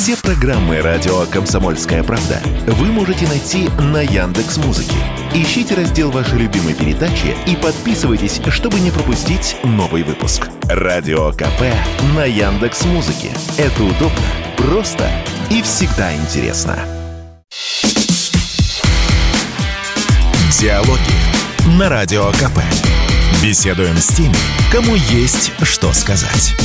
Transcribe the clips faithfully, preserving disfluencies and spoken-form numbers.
Все программы радио «Комсомольская правда» вы можете найти на Яндекс.Музыке. Ищите раздел вашей любимой передачи и подписывайтесь, чтобы не пропустить новый выпуск. Радио КП на Яндекс.Музыке. Это удобно, просто и всегда интересно. Диалоги на Радио КП. Беседуем с теми, кому есть что сказать.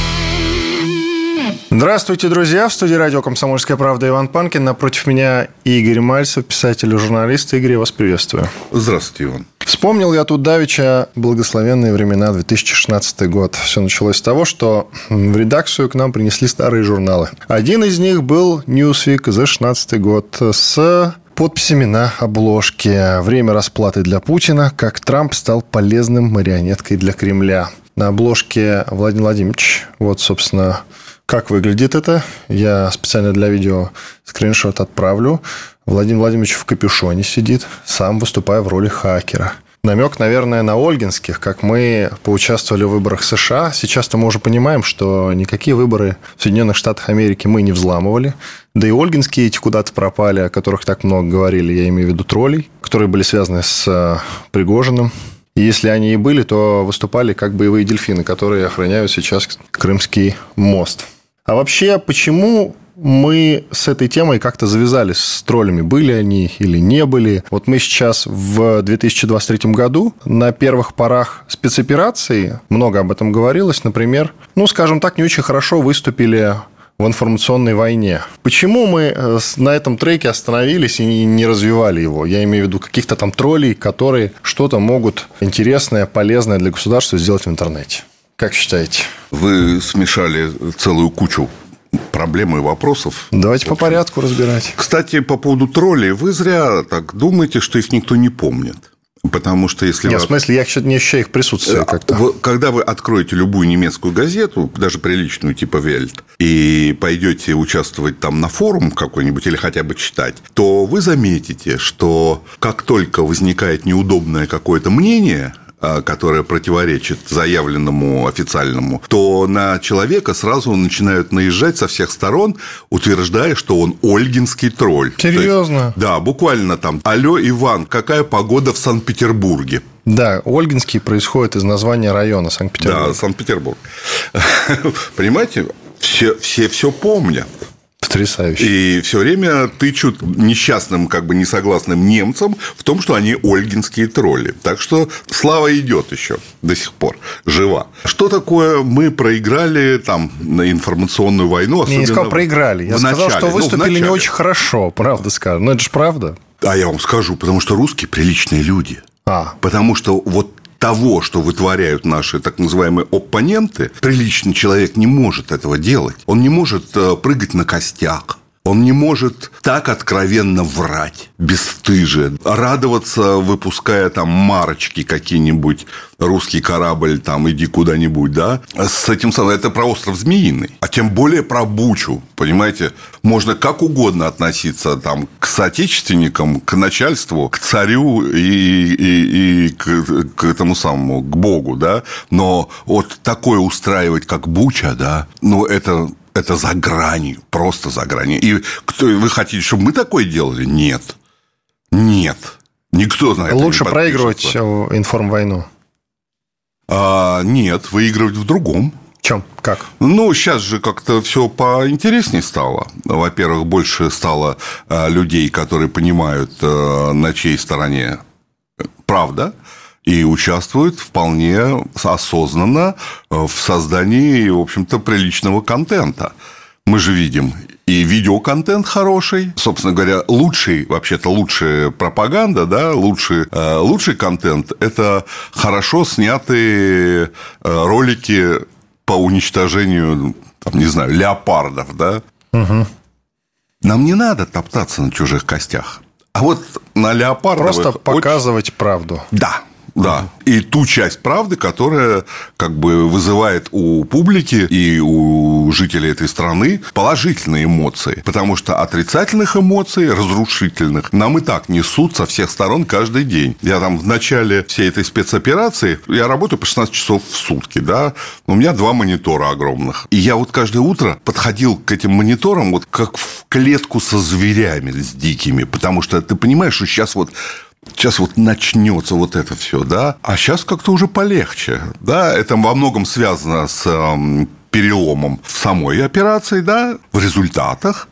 Здравствуйте, друзья! В студии радио «Комсомольская правда» Иван Панкин. Напротив меня Игорь Мальцев, писатель и журналист. Игорь, я вас приветствую. Здравствуйте, Иван. Вспомнил я тут давеча благословенные времена, две тысячи шестнадцатый год. Все началось с того, что в редакцию к нам принесли старые журналы. Один из них был Newsweek за шестнадцатый год с подписями на обложке. Время расплаты для Путина. Как Трамп стал полезным марионеткой для Кремля. На обложке Владимир Владимирович. Вот, собственно, как выглядит это. Я специально для видео скриншот отправлю. Владимир Владимирович в капюшоне сидит, сам выступая в роли хакера. Намек, наверное, на Ольгинских, как мы поучаствовали в выборах США. Сейчас-то мы уже понимаем, что никакие выборы в Соединенных Штатах Америки мы не взламывали. Да и Ольгинские эти куда-то пропали, о которых так много говорили, я имею в виду троллей, которые были связаны с Пригожиным. И если они и были, то выступали как боевые дельфины, которые охраняют сейчас Крымский мост. А вообще, почему мы с этой темой как-то завязались с троллями? Были они или не были? Вот мы сейчас в две тысячи двадцать третьем году на первых порах спецоперации, много об этом говорилось, например, ну, скажем так, не очень хорошо выступили в информационной войне. Почему мы на этом треке остановились и не развивали его? Я имею в виду каких-то там троллей, которые что-то могут интересное, полезное для государства сделать в интернете. Как считаете? Вы смешали целую кучу проблем и вопросов. Давайте по порядку разбирать. Кстати, по поводу троллей, вы зря так думаете, что их никто не помнит. Потому что если Нет, вы... в смысле, я не ощущаю их присутствие как-то. Вы, когда вы откроете любую немецкую газету, даже приличную, типа Welt, и пойдете участвовать там на форум какой-нибудь или хотя бы читать, то вы заметите, что как только возникает неудобное какое-то мнение, которое противоречит заявленному официальному, то на человека сразу начинают наезжать со всех сторон, утверждая, что он ольгинский тролль. Серьезно? Есть, да, буквально там: алло, Иван, какая погода в Санкт-Петербурге? Да, Ольгинский происходит из названия района Санкт-Петербург. Да, Санкт-Петербург. Понимаете, все, все все помнят. Потрясающе. И все время тычут несчастным, как бы несогласным немцам в том, что они ольгинские тролли. Так что слава идет еще до сих пор, жива. Что такое мы проиграли там на информационную войну? Я не сказал проиграли. Я сказал, начале, что выступили ну, не очень хорошо, правда скажу. Но это же правда. А я вам скажу, потому что русские приличные люди. А. Потому что вот того, что вытворяют наши так называемые оппоненты, приличный человек не может этого делать. Он не может прыгать на костях. Он не может так откровенно врать, бесстыже, радоваться, выпуская там марочки какие-нибудь, русский корабль, там, иди куда-нибудь, да, с этим самым, это про остров Змеиный, а тем более про Бучу, понимаете, можно как угодно относиться там к соотечественникам, к начальству, к царю и, и, и к, к этому самому, к Богу, да, но вот такое устраивать, как Буча, да, ну, это... Это за гранью, просто за гранью. И кто, вы хотите, чтобы мы такое делали? Нет. Нет. Никто на это Лучше не проигрывать информвойну. А, нет, выигрывать в другом. В чем? Как? Ну, сейчас же как-то все поинтереснее стало. Во-первых, больше стало людей, которые понимают, на чьей стороне правда. И участвуют вполне осознанно в создании, в общем-то, приличного контента. Мы же видим и видеоконтент хороший. Собственно говоря, лучший, вообще-то лучшая пропаганда, да, лучший, лучший контент – это хорошо снятые ролики по уничтожению, там, не знаю, леопардов, да. Угу. Нам не надо топтаться на чужих костях. А вот на леопардовых... Просто показывать очень... правду. Да. Да. И ту часть правды, которая как бы вызывает у публики и у жителей этой страны положительные эмоции. Потому что отрицательных эмоций, разрушительных, нам и так несут со всех сторон каждый день. Я там в начале всей этой спецоперации, я работаю по шестнадцать часов в сутки, да, у меня два монитора огромных. И я вот каждое утро подходил к этим мониторам вот как в клетку со зверями, с дикими. Потому что ты понимаешь, что сейчас вот Сейчас вот начнется вот это все, да, а сейчас как-то уже полегче, да, это во многом связано с э, переломом в самой операции, да, в результатах.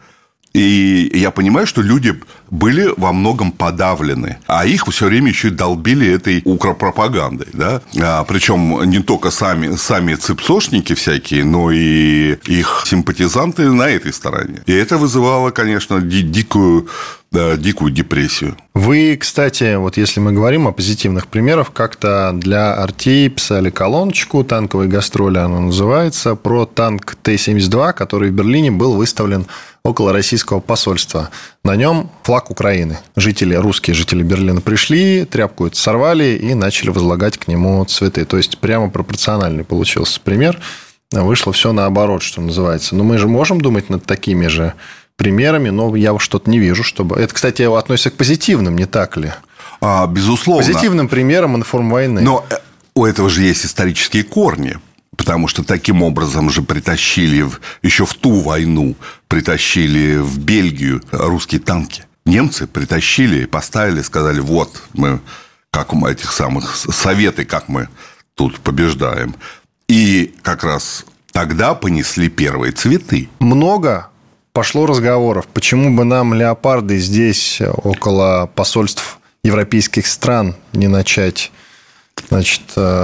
И я понимаю, что люди были во многом подавлены, а их все время еще и долбили этой укропропагандой, да? А, причем не только сами, сами цыпсошники всякие, но и их симпатизанты на этой стороне. И это вызывало, конечно, ди- дикую, да, дикую депрессию. Вы, кстати, вот если мы говорим о позитивных примерах, как-то для Арти писали колоночку «Танковые гастроли», она называется, про танк Т семьдесят два, который в Берлине был выставлен около российского посольства. На нем флаг Украины. Жители, русские жители Берлина пришли, тряпку эту сорвали и начали возлагать к нему цветы. То есть, прямо пропорциональный получился пример. Вышло все наоборот, что называется. Но мы же можем думать над такими же примерами, но я что-то не вижу, чтобы... Это, кстати, относится к позитивным, не так ли? А, безусловно. Позитивным примером информ войны. Но у этого же есть исторические корни. Потому что таким образом же притащили в, еще в ту войну, притащили в Бельгию русские танки. Немцы притащили и поставили, сказали, вот мы, как мы этих самых советы, как мы тут побеждаем. И как раз тогда понесли первые цветы. Много пошло разговоров, почему бы нам леопарды здесь, около посольств европейских стран, не начать, значит,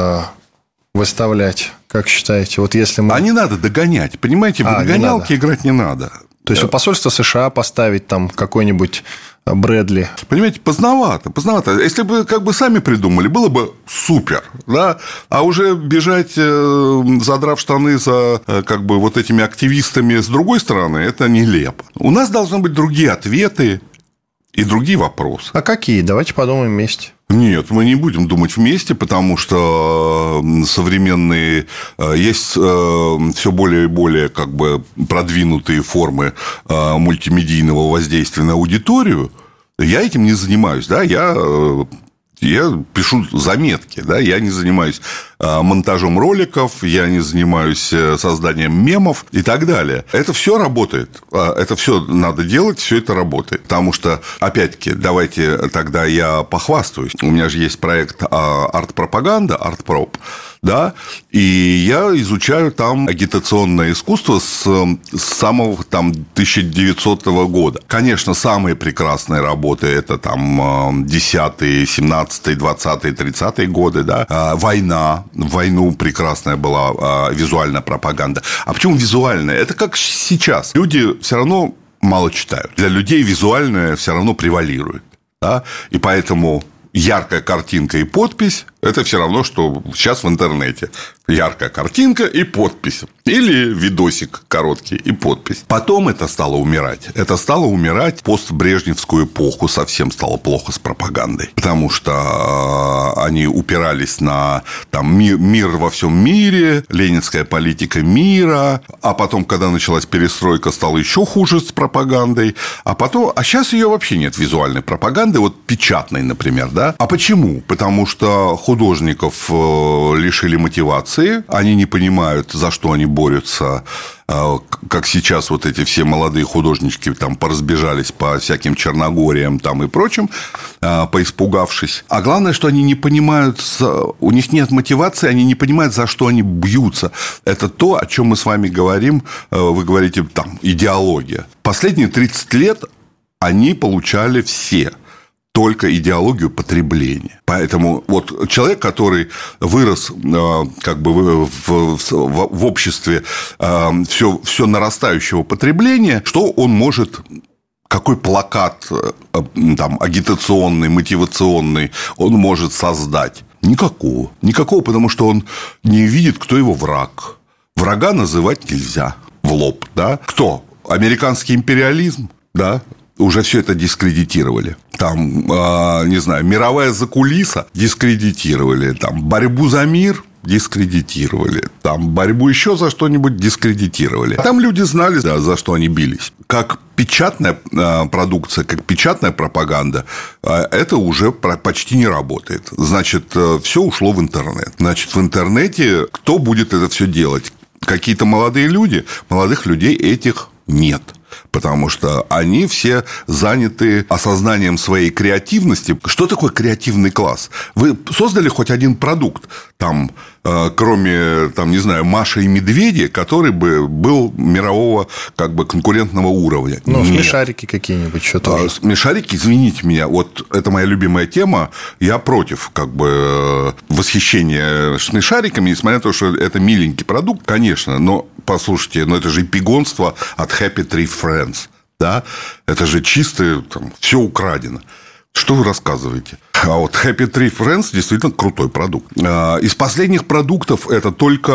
выставлять. Как считаете? Вот если мы... А не надо догонять. Понимаете, в а, догонялки играть не надо. То есть, у посольства США поставить там какой-нибудь Брэдли. Понимаете, поздновато, поздновато. Если бы как бы сами придумали, было бы супер, да? А уже бежать, задрав штаны за как бы вот этими активистами с другой стороны, это нелепо. У нас должны быть другие ответы и другие вопросы. А какие? Давайте подумаем вместе. Нет, мы не будем думать вместе, потому что современные есть все более и более как бы продвинутые формы мультимедийного воздействия на аудиторию. Я этим не занимаюсь, да, я, я пишу заметки, да, я не занимаюсь монтажом роликов, я не занимаюсь созданием мемов и так далее. Это все работает, это все надо делать, все это работает. Потому что, опять-таки, давайте тогда я похвастаюсь. У меня же есть проект арт-пропаганда, арт-проп, да, и я изучаю там агитационное искусство с, с самого там тысяча девятисотого года. Конечно, самые прекрасные работы – это там десятые, семнадцатые, двадцатые, тридцатые годы, да, война. В войну прекрасная была визуальная пропаганда. А почему визуальная? Это как сейчас. Люди все равно мало читают. Для людей визуальное все равно превалирует. Да? И поэтому яркая картинка и подпись – это все равно, что сейчас в интернете. Яркая картинка и подпись. Или видосик короткий и подпись. Потом это стало умирать. Это стало умирать в постбрежневскую эпоху. Совсем стало плохо с пропагандой. Потому что они упирались на там, мир, мир во всем мире, ленинская политика мира. А потом, когда началась перестройка, стало еще хуже с пропагандой. А потом... А сейчас ее вообще нет, визуальной пропаганды. Вот печатной, например. Да? А почему? Потому что художников лишили мотивации. Они не понимают, за что они борются. Как сейчас вот эти все молодые художнички там поразбежались по всяким Черногориям там и прочим, поиспугавшись. А главное, что они не понимают, у них нет мотивации, они не понимают, за что они бьются. Это то, о чем мы с вами говорим. Вы говорите, там, идеология. Последние тридцать лет они получали все только идеологию потребления. Поэтому вот человек, который вырос как бы в, в, в обществе все, все нарастающего потребления, что он может... Какой плакат там, агитационный, мотивационный он может создать? Никакого. Никакого, потому что он не видит, кто его враг. Врага называть нельзя в лоб. Да? Кто? Американский империализм? Да? Уже все это дискредитировали. там, э, не знаю, мировая закулиса дискредитировали, там, борьбу за мир дискредитировали, там, борьбу еще за что-нибудь дискредитировали. Там люди знали, да, за что они бились. Как печатная э, продукция, как печатная пропаганда, э, это уже почти не работает. Значит, э, все ушло в интернет. Значит, в интернете кто будет это все делать? Какие-то молодые люди? Молодых людей этих нет. Потому что они все заняты осознанием своей креативности. Что такое креативный класс? Вы создали хоть один продукт, там, э, кроме, там, не знаю, Маши и Медведя, который бы был мирового как бы конкурентного уровня? Ну, Нет. смешарики какие-нибудь, что тоже. А, смешарики, извините меня, вот это моя любимая тема. Я против как бы восхищения смешариками, несмотря на то, что это миленький продукт, конечно, но послушайте, но это же пигонство от Happy Tree Friends, да? Это же чисто там, все украдено. Что вы рассказываете? А вот Happy Tree Friends действительно крутой продукт. Из последних продуктов это только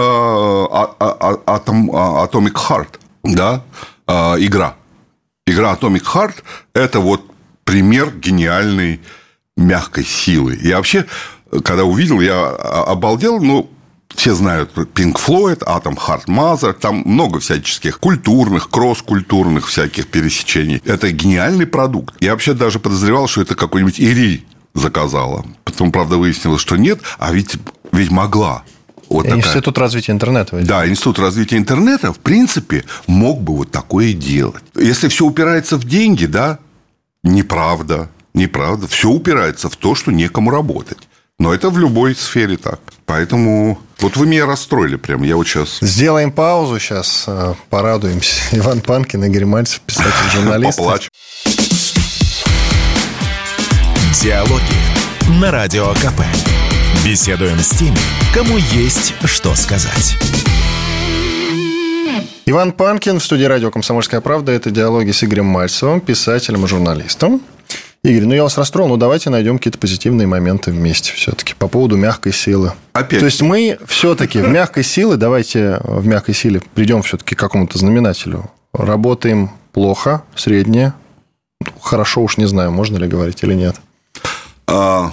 Atomic Heart, да? Игра. Игра Atomic Heart – это вот пример гениальной мягкой силы. Я вообще, когда увидел, я обалдел, ну, все знают Pink Floyd, Atom Heart Mother, там много всяческих культурных, кросс-культурных всяких пересечений. Это гениальный продукт. Я вообще даже подозревал, что это какой-нибудь Ири заказала. Потом, правда, выяснилось, что нет, а ведь, ведь могла. Вот такая... Институт развития интернета. Видимо. Да, Институт развития интернета, в принципе, мог бы вот такое делать. Если все упирается в деньги, да, неправда, неправда. Все упирается в то, что некому работать. Но это в любой сфере так. Поэтому вот вы меня расстроили прям. Я вот сейчас... Сделаем паузу сейчас, порадуемся. Иван Панкин, Игорь Мальцев, писатель-журналист. Поплачь. Диалоги на Радио КП. Беседуем с теми, кому есть что сказать. Иван Панкин в студии радио «Комсомольская правда». Это диалоги с Игорем Мальцевым, писателем и журналистом. Игорь, ну я вас расстроил, но давайте найдем какие-то позитивные моменты вместе все-таки по поводу мягкой силы. Опять? То есть мы все-таки в мягкой силе, давайте в мягкой силе придем все-таки к какому-то знаменателю. Работаем плохо, среднее, хорошо уж не знаю, можно ли говорить или нет. А,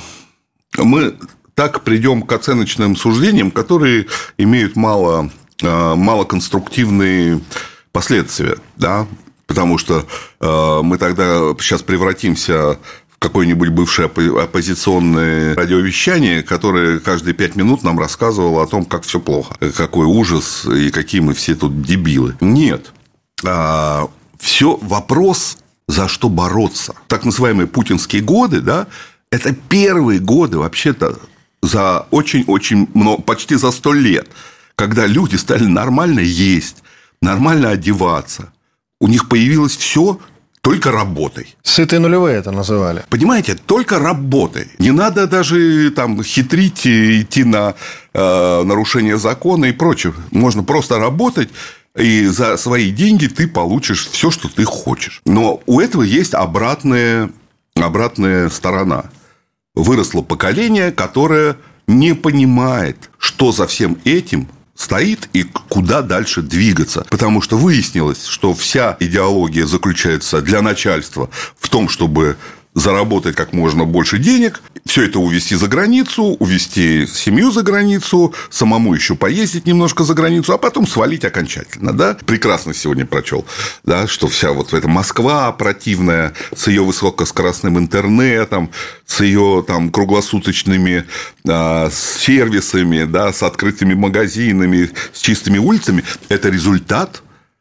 мы так придем к оценочным суждениям, которые имеют мало, мало конструктивные последствия, да. Потому что э, мы тогда сейчас превратимся в какое-нибудь бывшее оппозиционное радиовещание, которое каждые пять минут нам рассказывало о том, как все плохо, какой ужас и какие мы все тут дебилы. Нет. А, все вопрос, за что бороться. Так называемые путинские годы, да, это первые годы вообще-то за очень-очень много, почти за сто лет, когда люди стали нормально есть, нормально одеваться. У них появилось все только работой. Сытые нулевые это называли. Понимаете, только работой. Не надо даже там хитрить, идти на э, нарушение закона и прочее. Можно просто работать, и за свои деньги ты получишь все, что ты хочешь. Но у этого есть обратная, обратная сторона. Выросло поколение, которое не понимает, что за всем этим стоит и куда дальше двигаться. Потому что выяснилось, что вся идеология заключается для начальства в том, чтобы заработать как можно больше денег, все это увезти за границу, увезти семью за границу, самому еще поездить немножко за границу, а потом свалить окончательно. Да? Прекрасно сегодня прочел, да, что вся вот эта Москва противная с ее высокоскоростным интернетом, с ее там круглосуточными а, сервисами, да, с открытыми магазинами, с чистыми улицами, это результат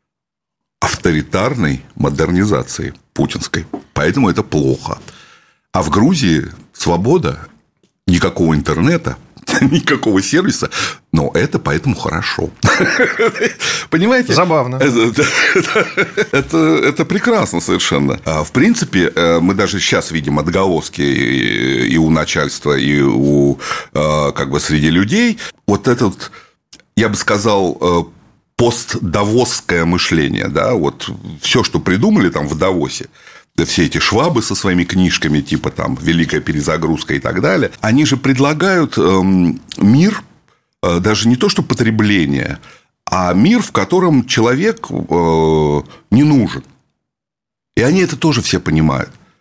авторитарной модернизации путинской. Поэтому это плохо. А в Грузии свобода, никакого интернета, никакого сервиса, но это поэтому хорошо. Понимаете? Забавно. Это, это, это прекрасно совершенно. В принципе, мы даже сейчас видим отголоски и у начальства, и у, как бы, среди людей. Вот этот, я бы сказал, постдавосское мышление, да, вот все, что придумали там в Давосе, да, все эти швабы со своими книжками, типа там «Великая перезагрузка» и так далее, они же предлагают эм, мир, э, даже не то, что потребление, а мир, в котором человек э, не нужен. И они это тоже все понимают.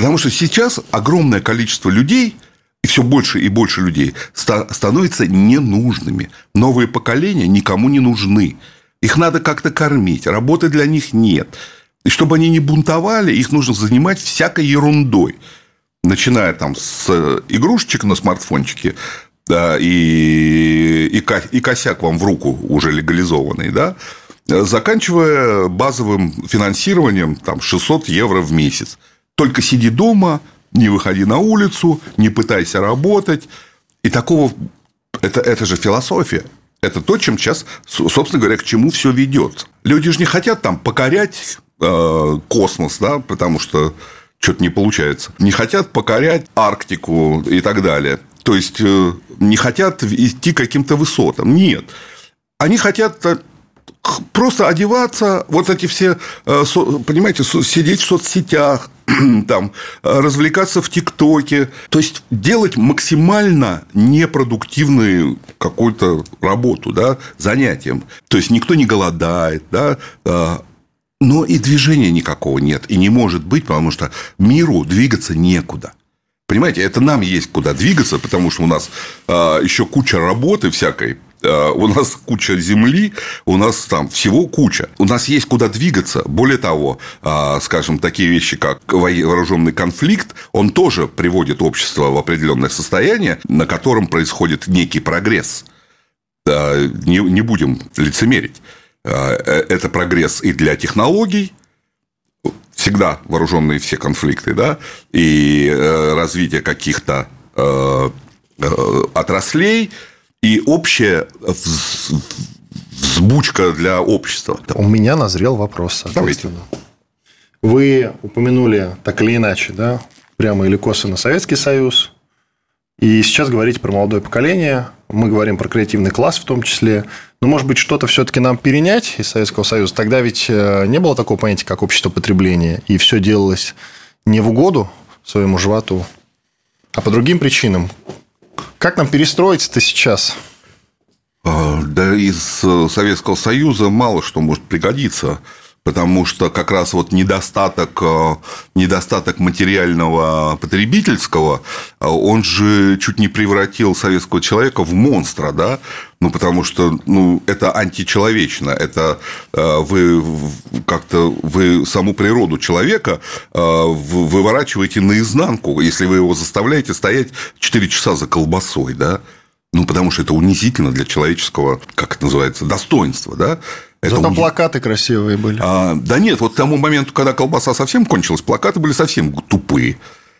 Потому что сейчас огромное количество людей, и все больше и больше людей становятся ненужными. Новые поколения никому не нужны. Их надо как-то кормить, работы для них нет. И чтобы они не бунтовали, их нужно занимать всякой ерундой. Начиная там с игрушечек на смартфончике, да, и, и, и косяк вам в руку уже легализованный, да, заканчивая базовым финансированием там, шестьсот евро в месяц. Только сиди дома, не выходи на улицу, не пытайся работать. И такого... Это, это же философия. Это то, чем сейчас, собственно говоря, к чему все ведет. Люди же не хотят там покорять э, космос, да, потому что что-то не получается. Не хотят покорять Арктику и так далее. То есть, э, не хотят идти к каким-то высотам. Нет. Они хотят просто одеваться, вот эти все, понимаете, сидеть в соцсетях, там, развлекаться в ТикТоке. То есть, делать максимально непродуктивную какую-то работу, да, занятием. То есть, никто не голодает, да, но и движения никакого нет. И не может быть, потому что миру двигаться некуда. Понимаете, это нам есть куда двигаться, потому что у нас еще куча работы всякой. У нас куча земли, у нас там всего куча. У нас есть куда двигаться. Более того, скажем, такие вещи, как вооруженный конфликт, он тоже приводит общество в определенное состояние, на котором происходит некий прогресс. Не, не будем лицемерить. Это прогресс и для технологий, всегда вооруженные все конфликты, да, и развитие каких-то отраслей. И общая взбучка для общества. У меня назрел вопрос, соответственно. Давайте. Вы упомянули так или иначе, да, прямо или косвенно Советский Союз. И сейчас говорите про молодое поколение. Мы говорим про креативный класс в том числе. Но, может быть, что-то все-таки нам перенять из Советского Союза? Тогда ведь не было такого понятия, как общество потребления. И все делалось не в угоду своему животу, а по другим причинам. Как нам перестроиться-то сейчас? Да из Советского Союза мало что может пригодиться, потому что как раз вот недостаток, недостаток материального потребительского, он же чуть не превратил советского человека в монстра, да? Ну, потому что, ну, это античеловечно, это вы как-то вы саму природу человека выворачиваете наизнанку, если вы его заставляете стоять четыре часа за колбасой, да? Ну, потому что это унизительно для человеческого, как это называется, достоинства, да? Это Зато уни... плакаты красивые были. А, да нет, вот к тому моменту, когда колбаса совсем кончилась, плакаты были совсем тупые.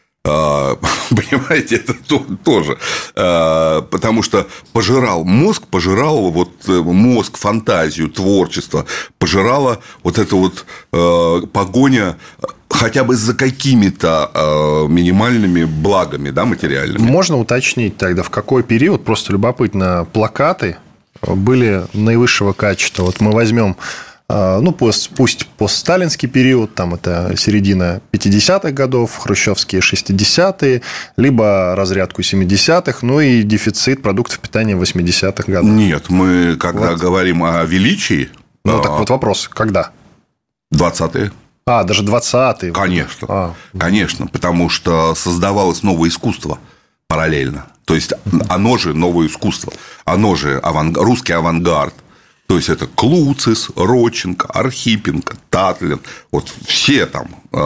А, понимаете, это тоже. А, потому что пожирал мозг, пожирал вот мозг, фантазию, творчество, пожирала вот эта вот а, погоня хотя бы за какими-то а, минимальными благами, да, материальными. Можно уточнить тогда, в какой период, просто любопытно, плакаты были наивысшего качества? Вот мы возьмем, ну, пусть, пусть постсталинский период, там это середина пятидесятых годов, хрущевские шестидесятые, либо разрядку семидесятых, ну и дефицит продуктов питания восьмидесятых годов. Нет, мы когда вот говорим о величии... Ну, а... так вот вопрос, когда? двадцатые. А, даже двадцатые. Конечно, а. конечно, потому что создавалось новое искусство параллельно. То есть, оно же новое искусство, оно же аванг... русский авангард. То есть, это Клуцис, Родченко, Архипенко, Татлин. Вот все там.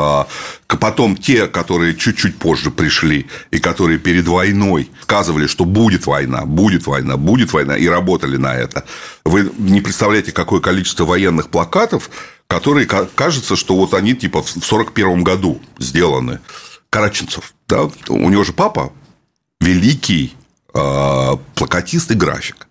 Потом те, которые чуть-чуть позже пришли, и которые перед войной сказывали, что будет война, будет война, будет война, и работали на это. Вы не представляете, какое количество военных плакатов, которые, кажется, что вот они типа в сорок первом году сделаны. Караченцов, да? У него же папа великий э, плакатист и график.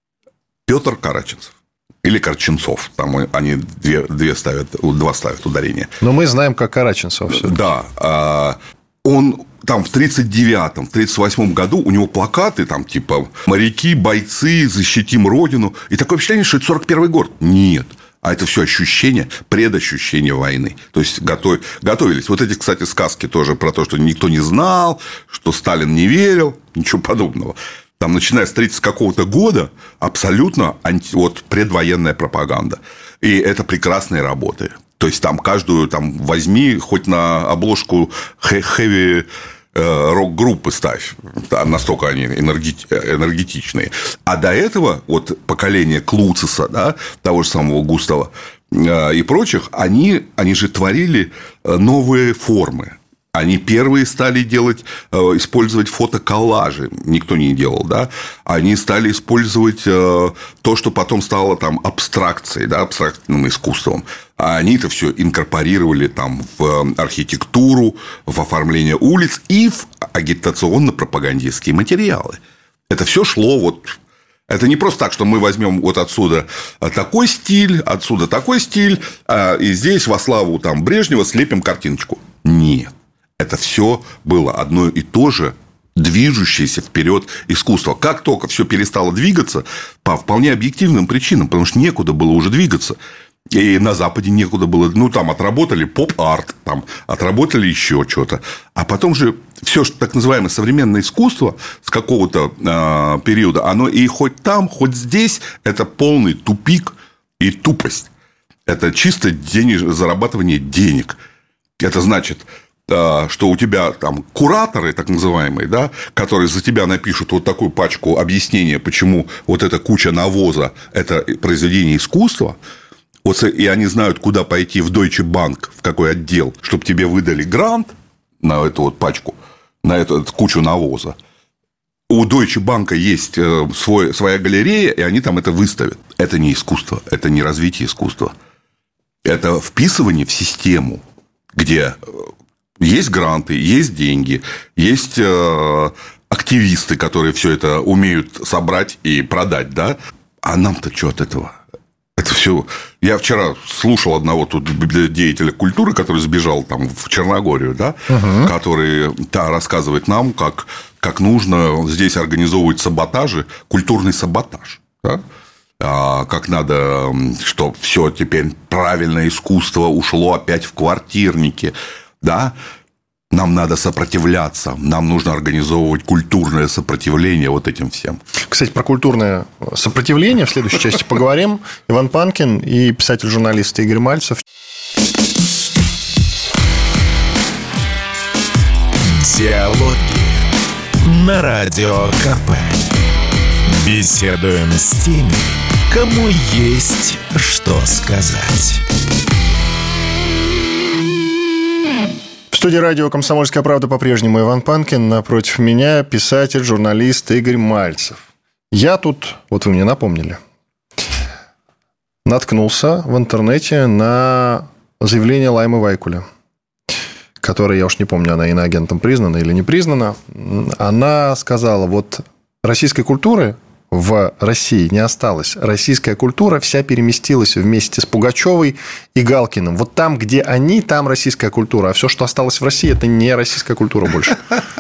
Петр Караченцов. Или Карченцов. Там они две, две ставят, два ставят ударения. Но мы знаем, как Караченцов. Да. Э, он там в тридцать девятом, в тридцать восьмом году у него плакаты там типа «Моряки, бойцы, защитим Родину». И такое впечатление, что это сорок первый год. Нет. А это все ощущение, предощущение войны. То есть, готов... готовились. Вот эти, кстати, сказки тоже про то, что никто не знал, что Сталин не верил. Ничего подобного. Там, начиная с тридцать какого-то года, абсолютно анти... вот, предвоенная пропаганда. И это прекрасные работы. То есть, там каждую там, возьми, хоть на обложку хэви рок-группы ставь. Настолько они энергетичные. А до этого вот поколение Клуцеса, да, того же самого Густава и прочих, они, они же творили новые формы. Они первые стали делать, использовать фотоколлажи. Никто не делал, да. Они стали использовать то, что потом стало там абстракцией, да, абстрактным искусством. А они это все инкорпорировали там в архитектуру, в оформление улиц и в агитационно-пропагандистские материалы. Это все шло вот. Это не просто так, что мы возьмем вот отсюда такой стиль, отсюда такой стиль, и здесь во славу там Брежнева слепим картиночку. Нет. Это все было одно и то же движущееся вперед искусство. Как только все перестало двигаться, по вполне объективным причинам, потому что некуда было уже двигаться. И на Западе некуда было. Ну, там отработали поп-арт, там отработали еще что-то. А потом же все, что так называемое современное искусство с какого-то э, периода, оно и хоть там, хоть здесь, это полный тупик и тупость. Это чисто денеж... зарабатывание денег. Это значит, что у тебя там кураторы, так называемые, да, которые за тебя напишут вот такую пачку объяснения, почему вот эта куча навоза – это произведение искусства, вот, и они знают, куда пойти в Deutsche Bank, в какой отдел, чтобы тебе выдали грант на эту вот пачку, на эту кучу навоза. У Deutsche Bank есть свой, своя галерея, и они там это выставят. Это не искусство, это не развитие искусства. Это вписывание в систему, где есть гранты, есть деньги, есть э, активисты, которые все это умеют собрать и продать, да? А нам-то что от этого? Это все. Я вчера слушал одного тут деятеля культуры, который сбежал там в Черногорию, да, угу. который да, рассказывает нам, как, как нужно здесь организовывать саботажи, культурный саботаж, да? А как надо, что все теперь правильное искусство ушло опять в квартирники. Да, нам надо сопротивляться, нам нужно организовывать культурное сопротивление вот этим всем. Кстати, про культурное сопротивление в следующей части поговорим. Иван Панкин и писатель-журналист Игорь Мальцев. Диалоги на Радио КП. Беседуем с теми, кому есть что сказать. В студии радио «Комсомольская правда» по-прежнему Иван Панкин. Напротив меня писатель, журналист Игорь Мальцев. Я тут, вот вы мне напомнили, наткнулся в интернете на заявление Лаймы Вайкуле, которая, я уж не помню, она иноагентом признана или не признана. Она сказала, вот российской культуры в России не осталось. Российская культура вся переместилась вместе с Пугачевой и Галкиным. Вот там, где они, там российская культура. А все, что осталось в России, это не российская культура больше.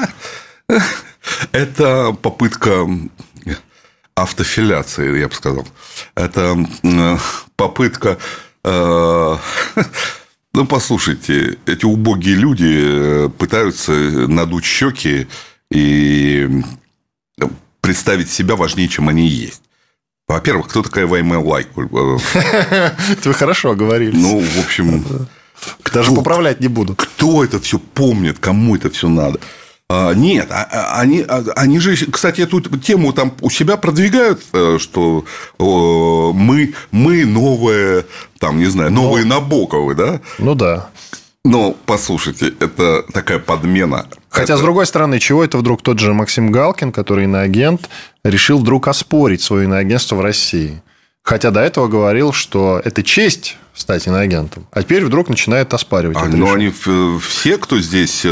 Это попытка автофиляции, я бы сказал. Это попытка... Ну, послушайте, эти убогие люди пытаются надуть щеки и... представить себя важнее, чем они есть. Во-первых, кто такая Лайма Вайкуль? Это вы хорошо говорили. Ну, в общем... Даже поправлять не буду. Кто это все помнит? Кому это все надо? А, нет, они, они же, кстати, эту тему там у себя продвигают, что мы, мы новые, там, не знаю, новые Но... Набоковы, да? Ну, да. Но, послушайте, это такая подмена. Хотя, это... с другой стороны, чего это вдруг тот же Максим Галкин, который иноагент, решил вдруг оспорить свое иноагентство в России? Хотя до этого говорил, что это честь стать иноагентом. А теперь вдруг начинает оспаривать а, это но решение. Они все, кто здесь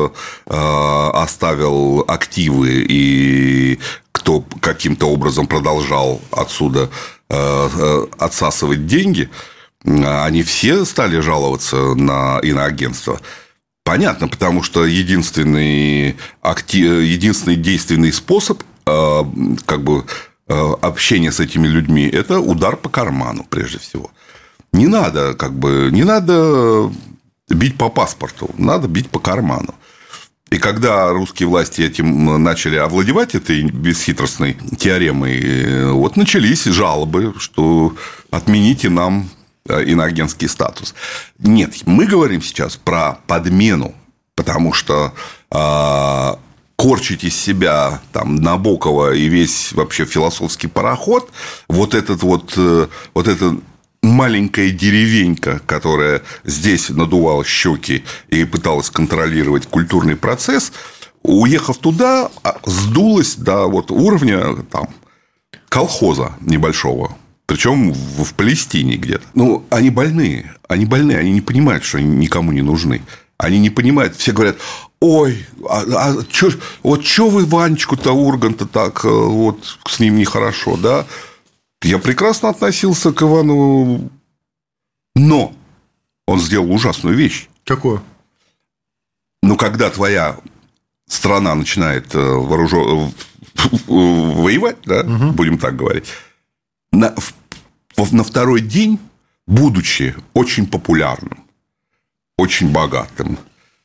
оставил активы и кто каким-то образом продолжал отсюда отсасывать деньги... Они все стали жаловаться на иноагентство. Понятно, потому что единственный, актив... единственный действенный способ как бы, общения с этими людьми – это удар по карману, прежде всего. Не надо, как бы, не надо бить по паспорту, надо бить по карману. И когда русские власти этим начали овладевать, этой бесхитростной теоремой, вот начались жалобы, что отмените нам иноагентский статус. Нет, мы говорим сейчас про подмену, потому что э, корчить из себя там Набокова и весь вообще философский пароход, вот этот вот, э, вот эта маленькая деревенька, которая здесь надувала щеки и пыталась контролировать культурный процесс, уехав туда, сдулась до вот уровня там, колхоза небольшого. Причем в Палестине где-то. Ну, они больные. Они больные. Они не понимают, что они никому не нужны. Они не понимают. Все говорят: ой, а, а чё, вот что вы Ванечку-то, Урганта, так вот с ним нехорошо, да? Я прекрасно относился к Ивану, но он сделал ужасную вещь. Какую? Ну, когда твоя страна начинает вооружен... воевать, да, угу. будем так говорить, на, на второй день, будучи очень популярным, очень богатым,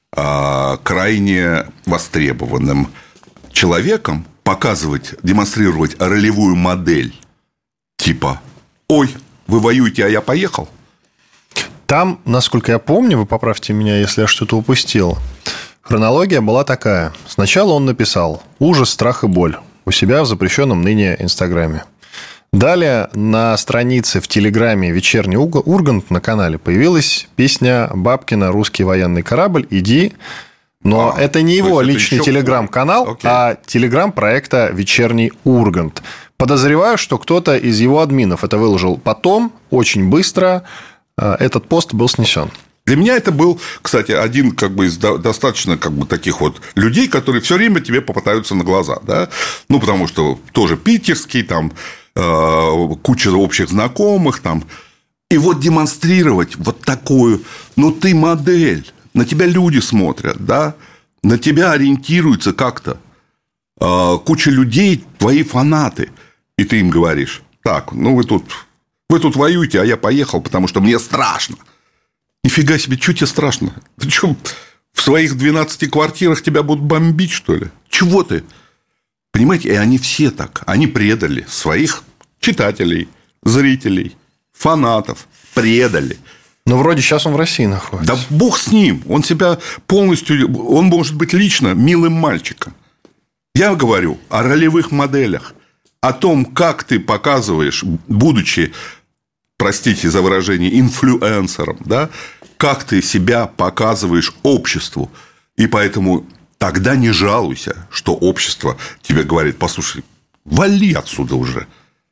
крайне востребованным человеком, показывать, демонстрировать ролевую модель типа: ой, вы воюете, а я поехал. Там, насколько я помню, вы поправьте меня, если я что-то упустил, хронология была такая. Сначала он написал «Ужас, страх и боль» у себя в запрещенном ныне Инстаграме. Далее на странице в Телеграме «Вечерний Ургант» на канале появилась песня Бабкина «Русский военный корабль. Иди». Но а, это не его личный телеграм-канал, а телеграм проекта «Вечерний Ургант». Подозреваю, что кто-то из его админов это выложил потом, очень быстро этот пост был снесен. Для меня это был, кстати, один как бы из достаточно как бы таких вот людей, которые все время тебе попадаются на глаза, да, ну потому что тоже питерский, там э, куча общих знакомых, там, и вот демонстрировать вот такую, ну ты модель, на тебя люди смотрят, да, на тебя ориентируются как-то, э, куча людей твои фанаты, и ты им говоришь: так, ну вы тут, вы тут воюете, а я поехал, потому что мне страшно. Нифига себе, что тебе страшно? Ты что, в своих двенадцати квартирах тебя будут бомбить, что ли? Чего ты? Понимаете, и они все так. Они предали своих читателей, зрителей, фанатов. Предали. Но вроде сейчас он в России находится. Да бог с ним. Он себя полностью... Он может быть лично милым мальчиком. Я говорю о ролевых моделях. О том, как ты показываешь, будучи... простите за выражение, инфлюенсером, да, как ты себя показываешь обществу. И поэтому тогда не жалуйся, что общество тебе говорит: послушай, вали отсюда уже.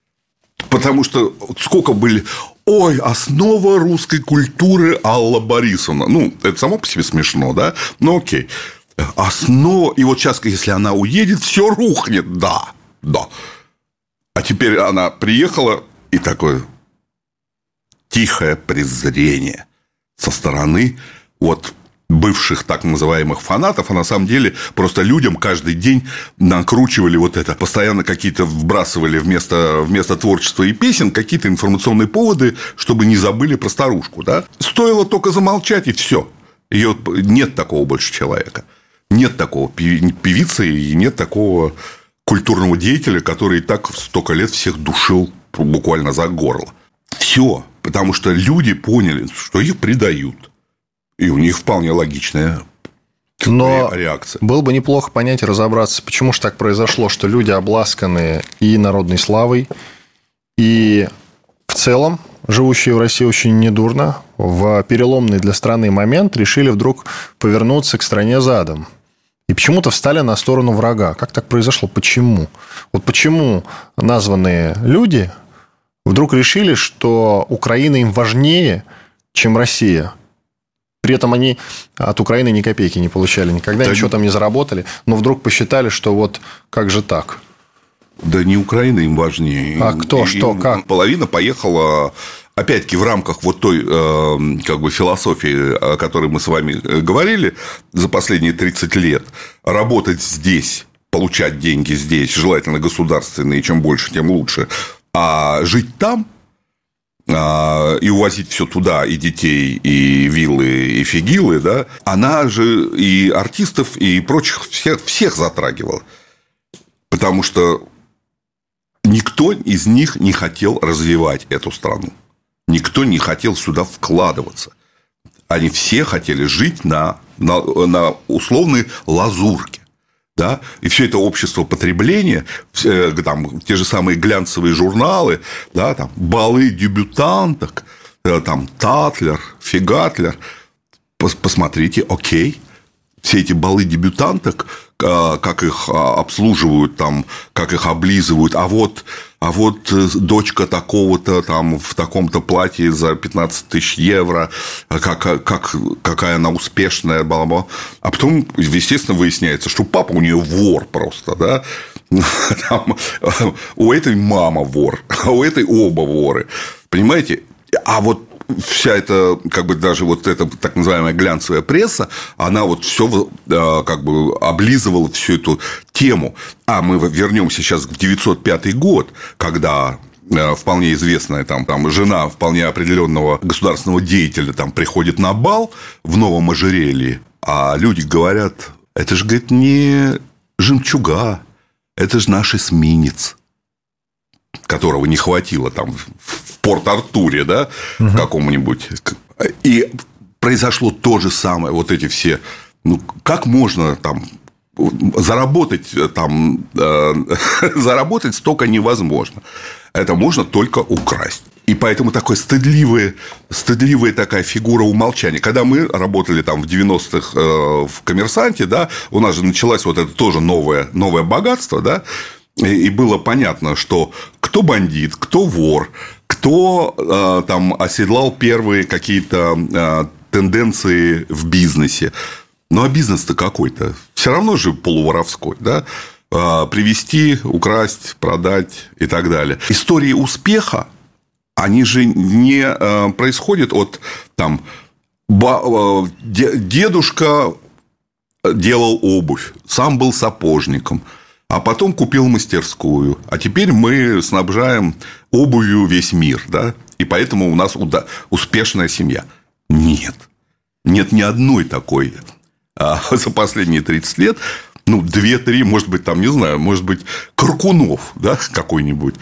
Потому что сколько были... Ой, основа русской культуры Алла Борисовна. Ну, это само по себе смешно, да? Ну, окей. Основа... И вот сейчас, если она уедет, все рухнет. Да, да. А теперь она приехала и такое... тихое презрение со стороны вот бывших так называемых фанатов, а на самом деле просто людям каждый день накручивали вот это, постоянно какие-то вбрасывали вместо, вместо творчества и песен какие-то информационные поводы, чтобы не забыли про старушку, да? Стоило только замолчать, и все. Ее нет такого больше человека, нет такого певицы и нет такого культурного деятеля, который и так столько лет всех душил буквально за горло. Все. Потому что люди поняли, что их предают. И у них вполне логичная Но реакция. Было бы неплохо понять и разобраться, почему же так произошло, что люди, обласканные и народной славой, и в целом живущие в России очень недурно, в переломный для страны момент решили вдруг повернуться к стране задом. И почему-то встали на сторону врага. Как так произошло? Почему? Вот почему названные люди... вдруг решили, что Украина им важнее, чем Россия. При этом они от Украины ни копейки не получали никогда, да, ничего там не заработали. Но вдруг посчитали, что вот как же так? Да не Украина им важнее. А кто, им, что, как? Половина поехала, опять-таки, в рамках вот той как бы философии, о которой мы с вами говорили за последние тридцать лет, работать здесь, получать деньги здесь, желательно государственные, чем больше, тем лучше. А жить там а, и увозить все туда, и детей, и виллы, и фигилы, да, она же и артистов, и прочих всех, всех затрагивала. Потому что никто из них не хотел развивать эту страну. Никто не хотел сюда вкладываться. Они все хотели жить на, на, на условной лазурке. Да? И все это общество потребления, там, те же самые глянцевые журналы, да, там, балы дебютанток, там, Татлер, Фигатлер. Посмотрите, окей. Все эти балы дебютанток, как их обслуживают, там, как их облизывают, а вот, а вот дочка такого-то там в таком-то платье за пятнадцать тысяч евро, как, как, какая она успешная, бла-бла. А потом, естественно, выясняется, что папа у нее вор просто, да. Там, у этой мама вор, а у этой оба воры. Понимаете? А вот вся эта, как бы, даже вот эта так называемая глянцевая пресса, она вот все как бы облизывала всю эту тему. А мы вернемся сейчас в девятьсот пятый год, когда вполне известная там, там жена вполне определенного государственного деятеля там приходит на бал в новом ожерелье, а люди говорят: это же, говорит, не жемчуга, это же наш эсминец, которого не хватило там в Порт-Артуре, да, угу. какому-нибудь. И произошло то же самое. Вот эти все... Ну, как можно там заработать, там, э, заработать столько невозможно. Это можно только украсть. И поэтому такая стыдливая, стыдливая такая фигура умолчания. Когда мы работали там в девяностых э, в «Коммерсанте», да, у нас же началось вот это тоже новое, новое богатство, да, и было понятно, что кто бандит, кто вор, кто э, там оседлал первые какие-то э, тенденции в бизнесе. Ну, а бизнес-то какой-то. Все равно же полуворовской, да? Э, привезти, украсть, продать и так далее. Истории успеха, они же не э, происходят от там ба- э, дедушка делал обувь, сам был сапожником. А потом купил мастерскую. А теперь мы снабжаем обувью весь мир, да? И поэтому у нас успешная семья. Нет. Нет ни одной такой. А за последние тридцать лет, ну, две-три, может быть, там, не знаю, может быть, Каркунов, да, какой-нибудь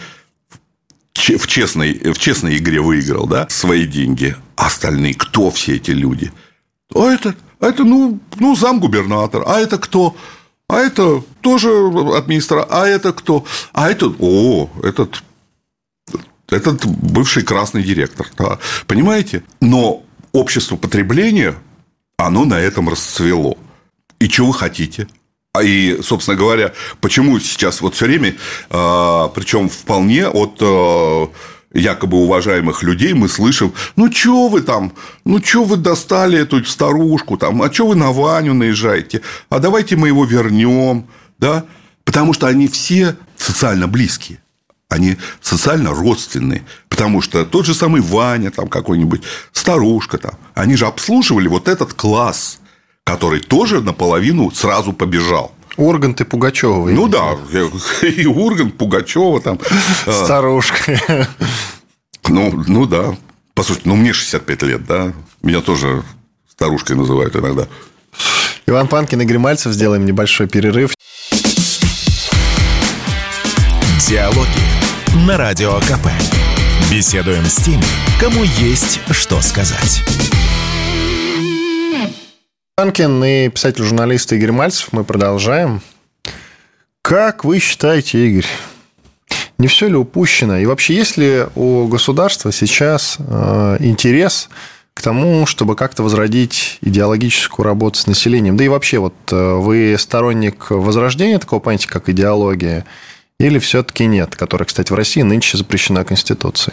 в честной, в честной игре выиграл, да, свои деньги. А остальные, кто все эти люди? А это, а это ну, ну, замгубернатор. А это кто? А это тоже администратор. А это кто? А это... О, этот... Этот бывший красный директор. Да. Понимаете? Но общество потребления, оно на этом расцвело. И что вы хотите? И, собственно говоря, почему сейчас вот все время, причем вполне от якобы уважаемых людей мы слышим: ну, что вы там, ну, что вы достали эту старушку, там, а что вы на Ваню наезжаете, а давайте мы его вернем, да, потому что они все социально близкие, они социально родственные, потому что тот же самый Ваня, там, какой-нибудь старушка, там, они же обслуживали вот этот класс, который тоже наполовину сразу побежал. Ургант и Пугачёва. Ну да, и Ургант, Пугачёва там. Старушка. Ну, ну да. Послушайте, ну мне шестьдесят пять лет, да. Меня тоже старушкой называют иногда. Иван Панкин, Игорь Мальцев. Сделаем небольшой перерыв. Диалоги на Радио КП. Беседуем с теми, кому есть что сказать. Панкин и писатель-журналист Игорь Мальцев. Мы продолжаем. Как вы считаете, Игорь, не все ли упущено? И вообще, есть ли у государства сейчас э, интерес к тому, чтобы как-то возродить идеологическую работу с населением? Да и вообще, вот э, вы сторонник возрождения такого понятия, как идеология, или все-таки нет, которая, кстати, в России нынче запрещена Конституцией?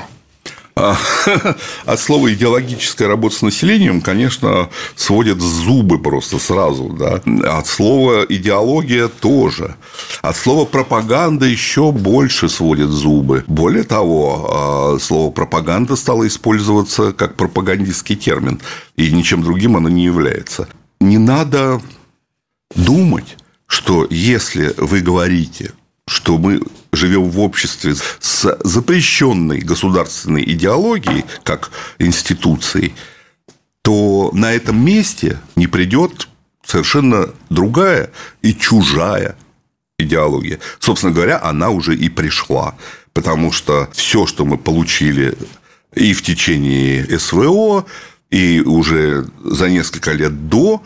От слова «идеологическая работа с населением», конечно, сводят зубы просто сразу. Да? От слова «идеология» тоже. От слова «пропаганда» еще больше сводят зубы. Более того, слово «пропаганда» стало использоваться как пропагандистский термин, и ничем другим оно не является. Не надо думать, что если вы говорите, что мы живем в обществе с запрещенной государственной идеологией, как институцией, то на этом месте не придет совершенно другая и чужая идеология. Собственно говоря, она уже и пришла, потому что все, что мы получили и в течение СВО, и уже за несколько лет до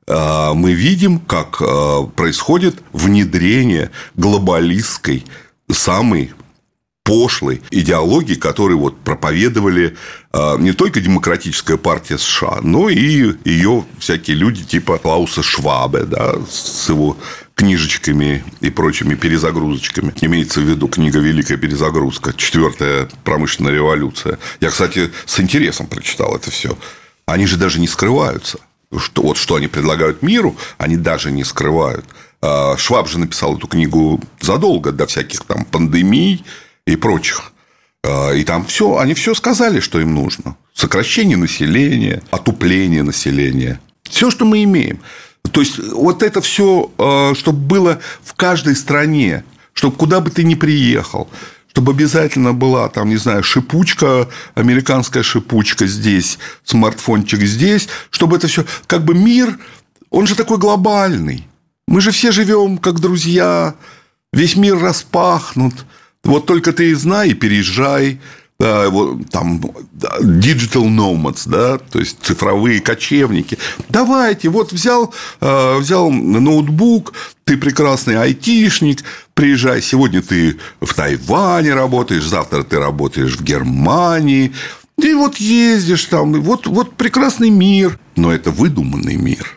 мы видим, как происходит внедрение глобалистской, самой пошлой идеологии, которую вот проповедовали не только Демократическая партия США, но и ее всякие люди типа Клауса Швабе, да, с его книжечками и прочими перезагрузочками. Имеется в виду книга «Великая перезагрузка», четвертая промышленная революция. Я, кстати, с интересом прочитал это все. Они же даже не скрываются. Что, вот что они предлагают миру, они даже не скрывают. Шваб же написал эту книгу задолго до всяких там пандемий и прочих. И там все, они все сказали, что им нужно. Сокращение населения, отупление населения. Все, что мы имеем. То есть, вот это все, чтобы было в каждой стране, чтобы куда бы ты ни приехал, чтобы обязательно была, там, не знаю, шипучка, американская шипучка здесь, смартфончик здесь, чтобы это все, как бы мир, он же такой глобальный. Мы же все живем как друзья, весь мир распахнут. Вот только ты и знай, и переезжай. Да, вот, там digital nomads, да, то есть цифровые кочевники. Давайте, вот взял, взял ноутбук, ты прекрасный айтишник, приезжай, сегодня ты в Тайване работаешь, завтра ты работаешь в Германии, и вот ездишь там, вот, вот прекрасный мир, но это выдуманный мир.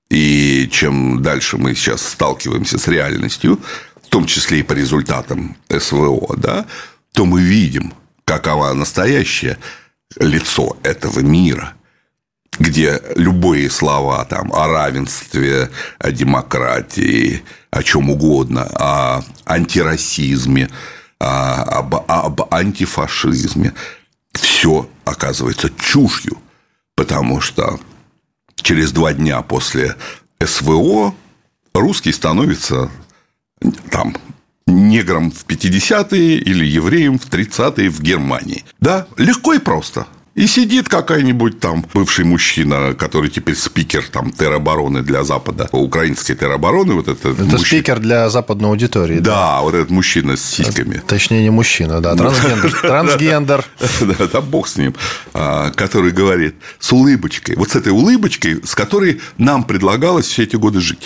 И чем дальше мы сейчас сталкиваемся с реальностью, в том числе и по результатам СВО, да, то мы видим, каково настоящее лицо этого мира, где любые слова там, о равенстве, о демократии, о чем угодно, о антирасизме, об, об антифашизме, все оказывается чушью, потому что через два дня после СВО русский становится там негром в пятидесятые или евреем в тридцатые в Германии. Да, легко и просто. И сидит какой-нибудь там бывший мужчина, который теперь спикер там теробороны для Запада, украинской теробороны. Вот этот это мужчина... спикер для западной аудитории. Да, да, вот этот мужчина с сиськами. Точнее, не мужчина, да, трансгендер. Трансгендер. Да, да, бог с ним. Который говорит с улыбочкой. Вот с этой улыбочкой, с которой нам предлагалось все эти годы жить.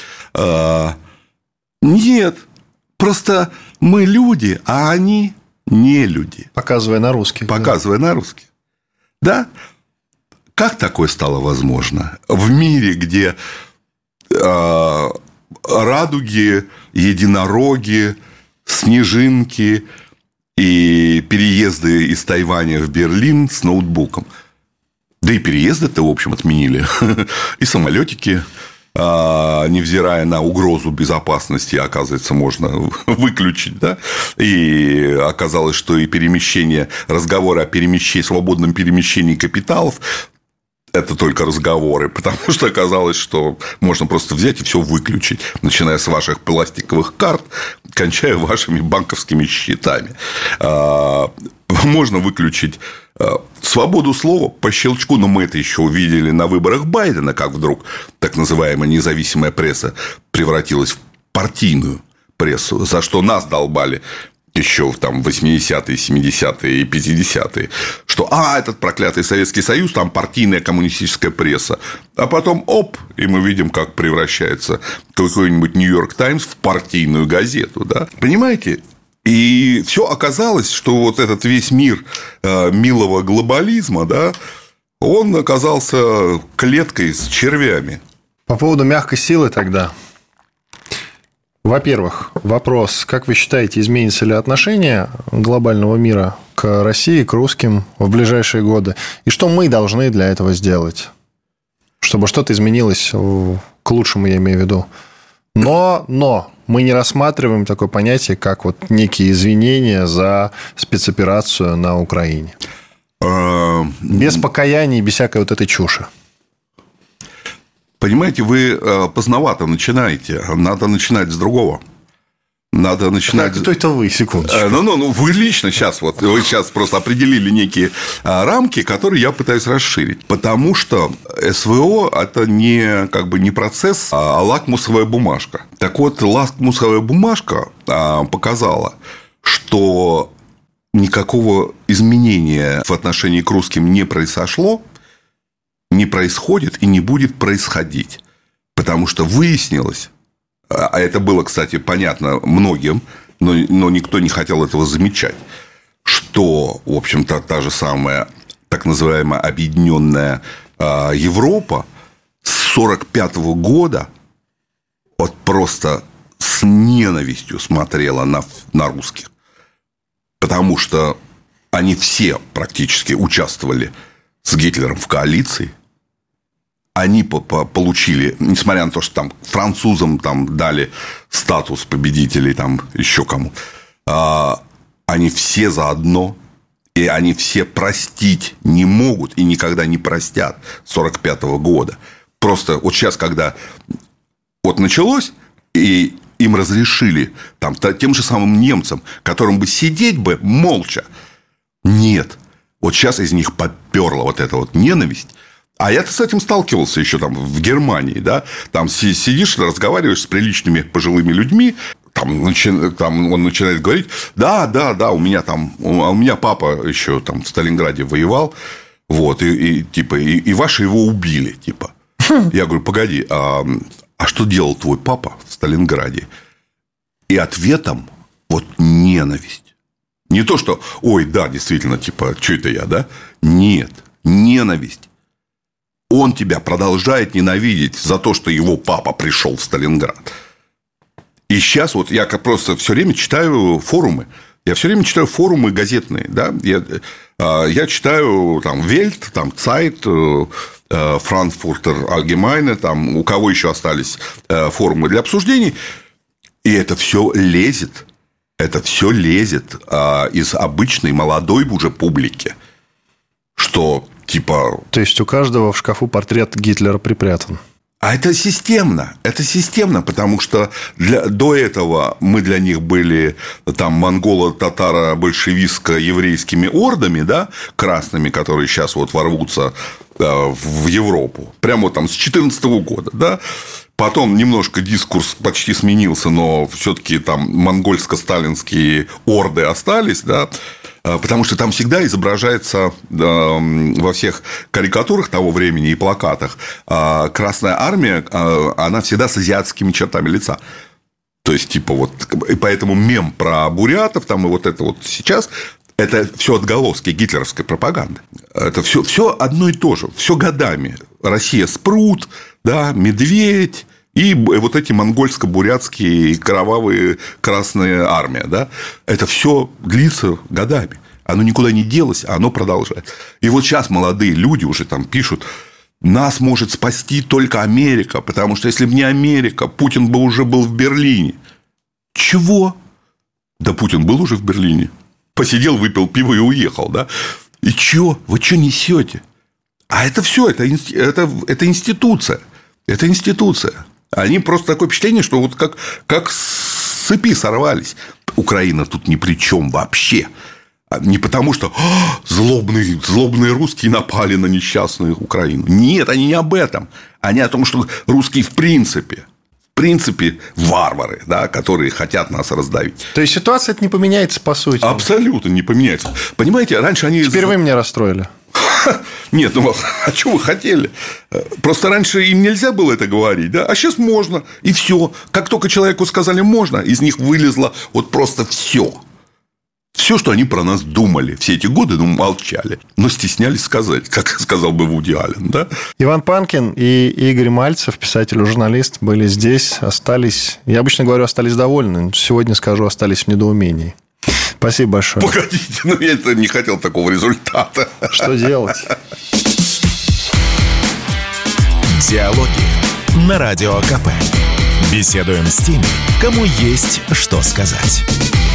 Нет. Просто мы люди, а они не люди. Показывая на русский. Показывая да. на русский. Да? Как такое стало возможно? В мире, где э, радуги, единороги, снежинки и переезды из Тайваня в Берлин с ноутбуком. Да и переезды-то, в общем, отменили. И самолетики, невзирая на угрозу безопасности, оказывается, можно выключить, да, и оказалось, что и перемещение, разговоры о перемещении, свободном перемещении капиталов – это только разговоры, потому что оказалось, что можно просто взять и все выключить, начиная с ваших пластиковых карт, кончая вашими банковскими счетами. Можно выключить свободу слова по щелчку, но мы это еще увидели на выборах Байдена, как вдруг так называемая независимая пресса превратилась в партийную прессу, за что нас долбали еще там в восьмидесятые, семидесятые и пятидесятые, что а, этот проклятый Советский Союз, там партийная коммунистическая пресса. А потом оп, и мы видим, как превращается какой-нибудь Нью-Йорк Таймс в партийную газету. Да? Понимаете? И все оказалось, что вот этот весь мир милого глобализма, да, он оказался клеткой с червями. По поводу мягкой силы тогда. Во-первых, вопрос, как вы считаете, изменится ли отношение глобального мира к России, к русским в ближайшие годы? И что мы должны для этого сделать? Чтобы что-то изменилось к лучшему, я имею в виду. Но, но мы не рассматриваем такое понятие, как вот некие извинения за спецоперацию на Украине. Без покаяния и без всякой вот этой чуши. Понимаете, вы поздновато начинаете. Надо начинать с другого. Надо начинать... Так, кто это вы? Секундочку. Ну, ну, ну, вы лично сейчас, вот, вы сейчас просто определили некие рамки, которые я пытаюсь расширить. Потому что СВО – это не, как бы, не процесс, а лакмусовая бумажка. Так вот, лакмусовая бумажка показала, что никакого изменения в отношении к русским не произошло, не происходит и не будет происходить. Потому что выяснилось, а это было, кстати, понятно многим, но, но никто не хотел этого замечать, что, в общем-то, та же самая так называемая объединенная э, Европа с сорок пятого года вот просто с ненавистью смотрела на, на русских. Потому что они все практически участвовали с Гитлером в коалиции. Они получили, несмотря на то, что там французам там дали статус победителей, там еще кому, они все заодно, и они все простить не могут и никогда не простят сорок пятого года. Просто вот сейчас, когда вот началось, и им разрешили там, тем же самым немцам, которым бы сидеть бы молча, нет. Вот сейчас из них поперла вот эта вот ненависть. А я-то с этим сталкивался еще там в Германии, да, там сидишь, разговариваешь с приличными пожилыми людьми, там, начи... там он начинает говорить, да, да, да, у меня там, у меня папа еще там в Сталинграде воевал, вот, и, и типа, и, и ваши его убили, типа. Хм. Я говорю, погоди, а, а что делал твой папа в Сталинграде? И ответом вот ненависть. Не то, что, ой, да, действительно, типа, что это я, да? Нет, ненависть. Он тебя продолжает ненавидеть за то, что его папа пришел в Сталинград. И сейчас вот я просто все время читаю форумы. Я все время читаю форумы газетные. Да? Я, я читаю там Вельт, там Цайт, Франкфуртер Альгемайне, там у кого еще остались форумы для обсуждений. И это все лезет. Это все лезет из обычной молодой уже публики. Что типа... То есть, у каждого в шкафу портрет Гитлера припрятан. А это системно. Это системно, потому что для... до этого мы для них были там монголо-татаро-большевистско-еврейскими ордами, да, красными, которые сейчас вот ворвутся в Европу. Прямо вот там с две тысячи четырнадцатого года, да. Потом немножко дискурс почти сменился, но все-таки там монгольско-сталинские орды остались, да. Потому что там всегда изображается во всех карикатурах того времени и плакатах Красная Армия, она всегда с азиатскими чертами лица. То есть, типа, вот, и поэтому мем про бурятов, там, и вот это вот сейчас, это все отголоски гитлеровской пропаганды. Это все, все одно и то же, все годами. Россия спрут, да, медведь. И вот эти монгольско-бурятские кровавые Красная Армия, да, это все длится годами. Оно никуда не делось, а оно продолжает. И вот сейчас молодые люди уже там пишут, нас может спасти только Америка, потому что если бы не Америка, Путин бы уже был в Берлине. Чего? Да Путин был уже в Берлине. Посидел, выпил пиво и уехал, да. И чё? Вы что несете? А это все, это, это, это институция. Это институция. Они просто такое впечатление, что вот как, как с цепи сорвались. Украина тут ни при чем вообще. Не потому, что злобные, злобные русские напали на несчастную Украину. Нет, они не об этом. Они о том, что русские в принципе, в принципе варвары, да, которые хотят нас раздавить. То есть, ситуация не поменяется, по сути? Абсолютно не поменяется. Понимаете, раньше они... Теперь вы меня расстроили. Нет, ну а что вы хотели? Просто раньше им нельзя было это говорить, да? А сейчас можно. И все. Как только человеку сказали можно, из них вылезло вот просто все. Все, что они про нас думали все эти годы, ну, молчали, но стеснялись сказать, как сказал бы Вуди Аллен, да? Иван Панкин и Игорь Мальцев, писатель и журналист, были здесь, остались... Я обычно говорю, остались довольны. Сегодня скажу, остались в недоумении. Спасибо большое. Погодите, ну я это не хотел такого результата. Что делать? Диалоги на Радио КП. Беседуем с теми, кому есть что сказать.